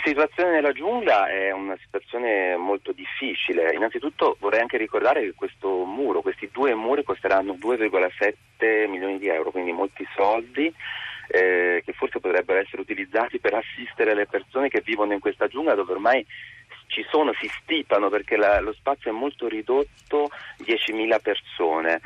situazione nella giungla è una situazione molto difficile. Innanzitutto vorrei anche ricordare che questi due muri costeranno 2,7 milioni di euro, quindi molti soldi che forse potrebbero essere utilizzati per assistere le persone che vivono in questa giungla, dove ormai si stipano perché lo spazio è molto ridotto, 10.000 persone.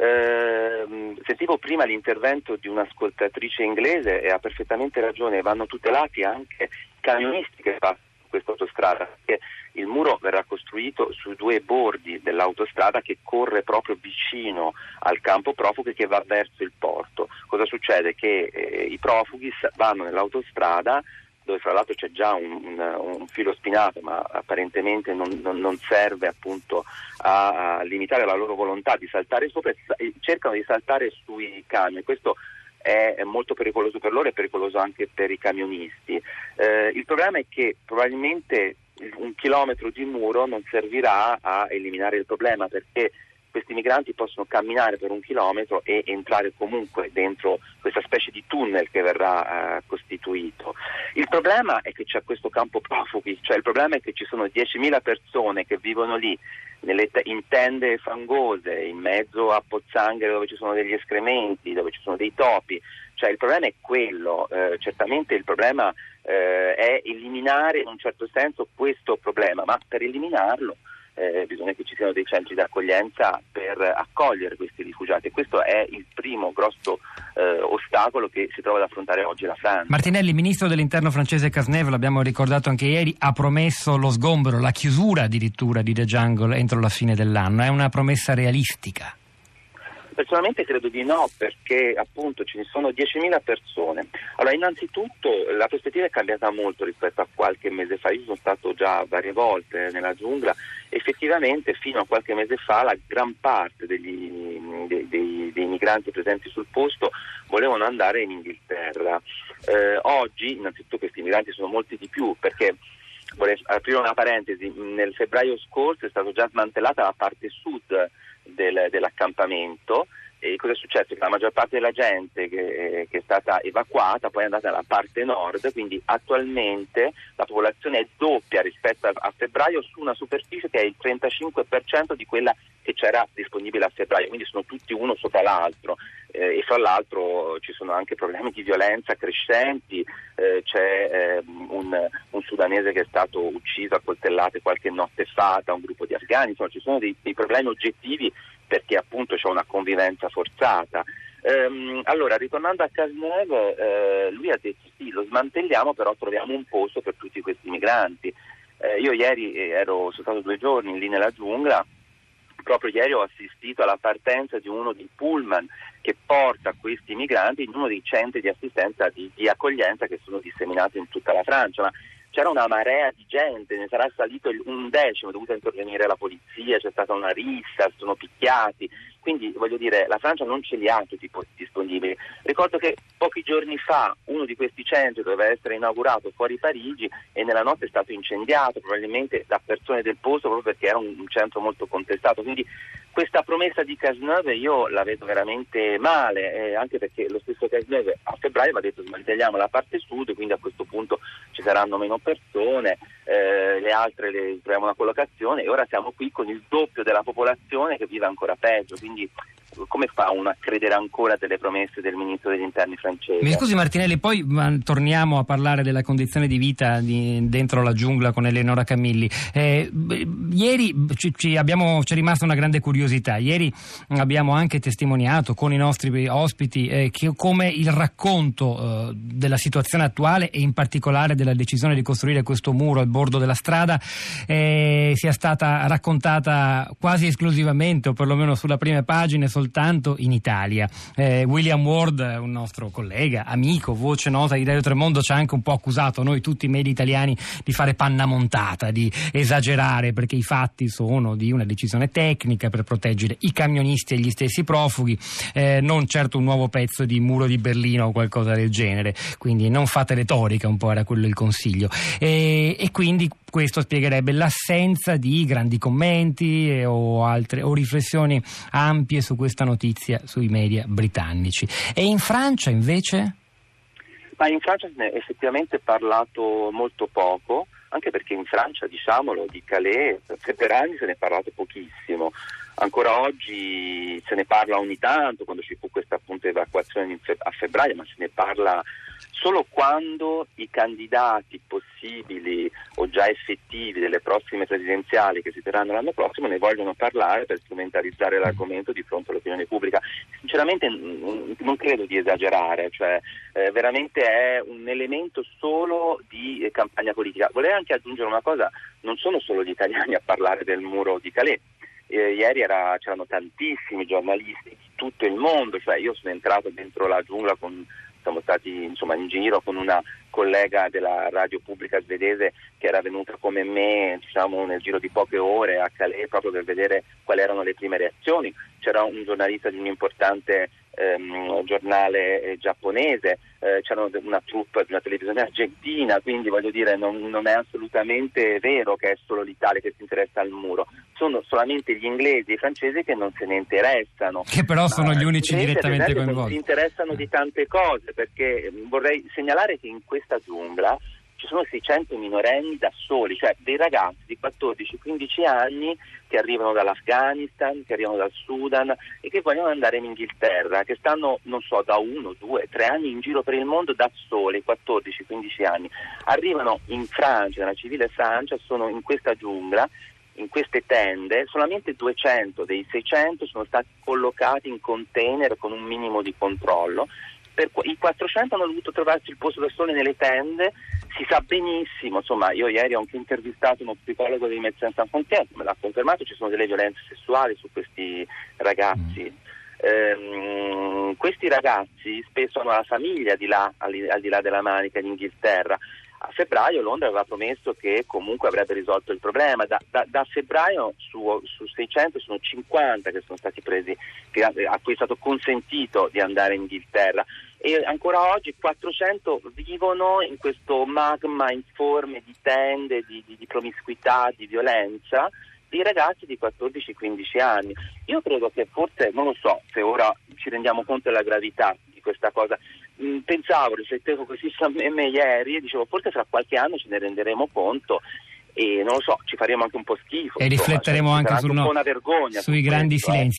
Sentivo prima l'intervento di un'ascoltatrice inglese e ha perfettamente ragione, vanno tutelati anche i camionisti che passano questa autostrada, perché il muro verrà costruito sui due bordi dell'autostrada che corre proprio vicino al campo profughi che va verso il porto. Cosa succede? Che i profughi vanno nell'autostrada, dove fra l'altro c'è già un filo spinato, ma apparentemente non serve appunto a limitare la loro volontà di saltare sopra, e cercano di saltare sui camion. Questo è molto pericoloso per loro e pericoloso anche per i camionisti. Il problema è che probabilmente 1 chilometro di muro non servirà a eliminare il problema, perché questi migranti possono camminare per 1 chilometro e entrare comunque dentro questa specie di tunnel che verrà costituito. Il problema è che c'è questo campo profughi, cioè il problema è che ci sono 10.000 persone che vivono lì in tende fangose, in mezzo a pozzanghere dove ci sono degli escrementi, dove ci sono dei topi. Cioè il problema è quello, certamente il problema è eliminare in un certo senso questo problema, ma per eliminarlo bisogna che ci siano dei centri di accoglienza per accogliere questi rifugiati, e questo è il primo grosso ostacolo che si trova ad affrontare oggi la Francia. Martinelli, il ministro dell'interno francese Cazeneuve, l'abbiamo ricordato anche ieri, ha promesso lo sgombero, la chiusura addirittura di The Jungle entro la fine dell'anno. È una promessa realistica? Personalmente credo di no, perché appunto ci sono 10.000 persone. Allora, innanzitutto la prospettiva è cambiata molto rispetto a qualche mese fa. Io sono stato già varie volte nella giungla. Effettivamente fino a qualche mese fa la gran parte dei migranti presenti sul posto volevano andare in Inghilterra. Oggi innanzitutto questi migranti sono molti di più, perché vorrei aprire una parentesi: nel febbraio scorso è stata già smantellata la parte sud dell'accampamento, e cosa è successo? Che la maggior parte della gente che è stata evacuata poi è andata nella parte nord, quindi attualmente la popolazione è doppia rispetto a febbraio, su una superficie che è il 35% di quella che c'era disponibile a febbraio, quindi sono tutti uno sopra l'altro, e fra l'altro ci sono anche problemi di violenza crescenti. C'è un sudanese che è stato ucciso a coltellate qualche notte fa da un gruppo di afghani. Insomma, ci sono dei problemi oggettivi, perché appunto c'è una convivenza forzata. Allora, ritornando a Cazeneuve, lui ha detto sì, lo smantelliamo, però troviamo un posto per tutti questi migranti. Io ieri sono stato 2 giorni lì nella giungla. Proprio ieri ho assistito alla partenza di uno dei pullman che porta questi migranti in uno dei centri di assistenza di accoglienza che sono disseminati in tutta la Francia. Ma c'era una marea di gente, ne sarà salito un decimo, è dovuta intervenire la polizia, c'è stata una rissa, sono picchiati. Quindi voglio dire, la Francia non ce li ha tutti i posti disponibili. Ricordo che pochi giorni fa uno di questi centri doveva essere inaugurato fuori Parigi e nella notte è stato incendiato, probabilmente da persone del posto, proprio perché era un centro molto contestato. Quindi questa promessa di Cazeneuve io la vedo veramente male, anche perché lo stesso Cazeneuve a febbraio aveva detto smantelliamo la parte sud, quindi a questo punto ci saranno meno persone, le altre le troviamo una collocazione, e ora siamo qui con il doppio della popolazione che vive ancora peggio. Quindi come fa uno a credere ancora delle promesse del ministro degli interni francese? Mi scusi Martinelli, poi torniamo a parlare della condizione di vita dentro la giungla con Eleonora Camilli. Ieri c'è rimasta una grande curiosità. Ieri abbiamo anche testimoniato con i nostri ospiti come il racconto della situazione attuale, e in particolare della decisione di costruire questo muro al bordo della strada, sia stata raccontata quasi esclusivamente, o perlomeno sulla prime pagine, soltanto in Italia. William Ward, un nostro collega, amico, voce nota di Radio Tremondo, ci ha anche un po' accusato noi tutti i media italiani di fare panna montata, di esagerare, perché i fatti sono di una decisione tecnica per proteggere i camionisti e gli stessi profughi, non certo un nuovo pezzo di muro di Berlino o qualcosa del genere. Quindi non fate retorica, un po' era quello il consiglio, e quindi questo spiegherebbe l'assenza di grandi commenti o riflessioni ampie su questa notizia sui media britannici. E in Francia invece? Ma in Francia se ne è effettivamente parlato molto poco, anche perché in Francia, diciamolo, di Calais per anni se ne è parlato pochissimo. Ancora oggi se ne parla ogni tanto, quando ci fu questa appunto evacuazione a febbraio, ma se ne parla solo quando i candidati possibili o già effettivi delle prossime presidenziali che si terranno l'anno prossimo ne vogliono parlare per strumentalizzare l'argomento di fronte all'opinione pubblica. Sinceramente non credo di esagerare, cioè veramente è un elemento solo di campagna politica. Vorrei anche aggiungere una cosa: non sono solo gli italiani a parlare del muro di Calais. Ieri c'erano tantissimi giornalisti di tutto il mondo, cioè io sono entrato dentro la giungla siamo stati insomma in giro con una collega della radio pubblica svedese che era venuta come me, diciamo, nel giro di poche ore a Calais proprio per vedere quali erano le prime reazioni. C'era un giornalista di un importante giornale giapponese, c'era una troupe di una televisione argentina, quindi voglio dire non è assolutamente vero che è solo l'Italia che si interessa al muro, sono solamente gli inglesi e i francesi che non se ne interessano. Che però sono gli unici direttamente non coinvolti. Si interessano di tante cose, perché vorrei segnalare che in questa giungla ci sono 600 minorenni da soli, cioè dei ragazzi di 14-15 anni che arrivano dall'Afghanistan, che arrivano dal Sudan e che vogliono andare in Inghilterra, che stanno, non so, da 1, 2, 3 anni in giro per il mondo da soli, 14-15 anni. Arrivano in Francia, nella civile Francia, sono in questa giungla, in queste tende, solamente 200 dei 600 sono stati collocati in container con un minimo di controllo. I 400 hanno dovuto trovarsi il posto da soli nelle tende. Si sa benissimo, insomma, io ieri ho anche intervistato uno psicologo di Médecins Sans Frontières, me l'ha confermato, ci sono delle violenze sessuali su questi ragazzi. Questi ragazzi spesso hanno la famiglia al di là della Manica in Inghilterra. A febbraio Londra aveva promesso che comunque avrebbe risolto il problema. Da febbraio su 600 sono 50 che sono stati presi, a cui è stato consentito di andare in Inghilterra, e ancora oggi 400 vivono in questo magma informe di tende, di promiscuità, di violenza, di ragazzi di 14-15 anni. Io credo che forse, non lo so se ora ci rendiamo conto della gravità di questa cosa, pensavo, riflettevo così su me ieri e dicevo forse fra qualche anno ce ne renderemo conto e non lo so, ci faremo anche un po' schifo. E rifletteremo anche un po' una vergogna sui grandi silenzi.